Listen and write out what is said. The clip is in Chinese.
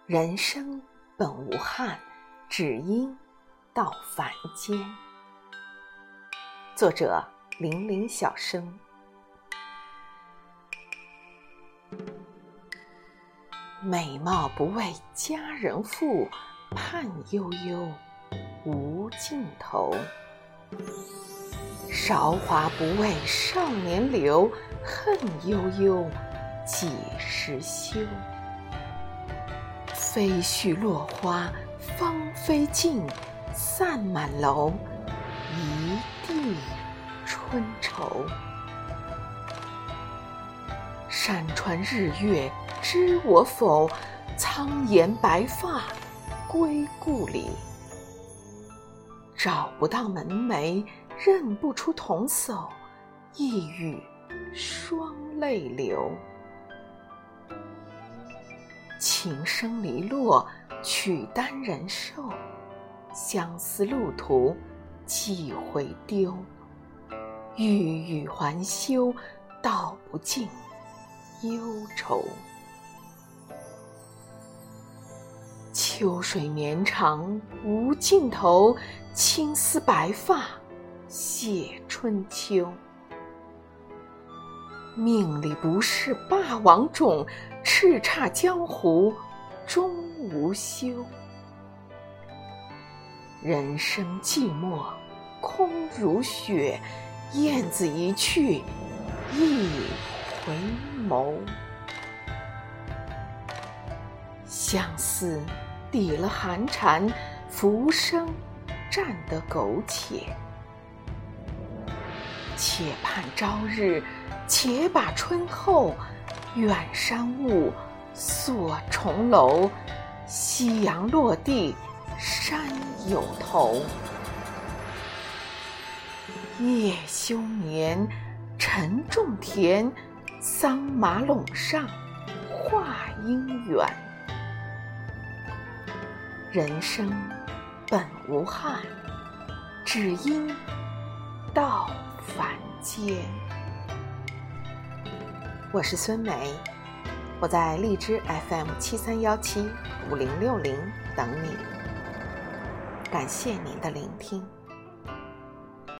人生本无憾，只因到凡间。作者：零零小生。美貌不为佳人妇，盼悠悠无尽头。韶华不为少年留，恨悠悠几时休。飞絮落花芳菲尽，散满楼，一地春愁。山川日月知我否？苍颜白发归故里。找不到门楣，认不出童叟，一语双泪流。情深篱落，曲单人瘦，相思路途几回丢。欲语还休，道不尽忧愁。秋水绵长无尽头，青丝白发写春秋。命里不是霸王种，叱咤江湖终无休。人生寂寞空如雪，燕子一去一回眸。相思抵了寒蝉，浮生占得苟且。且盼朝日，且把春后，远山雾，锁重楼。夕阳落地，山有头。夜休眠，晨种田，桑麻垄上话姻缘。人生本无憾，只因到凡间。我是孙梅，我在荔枝 FM73175060等你。感谢您的聆听。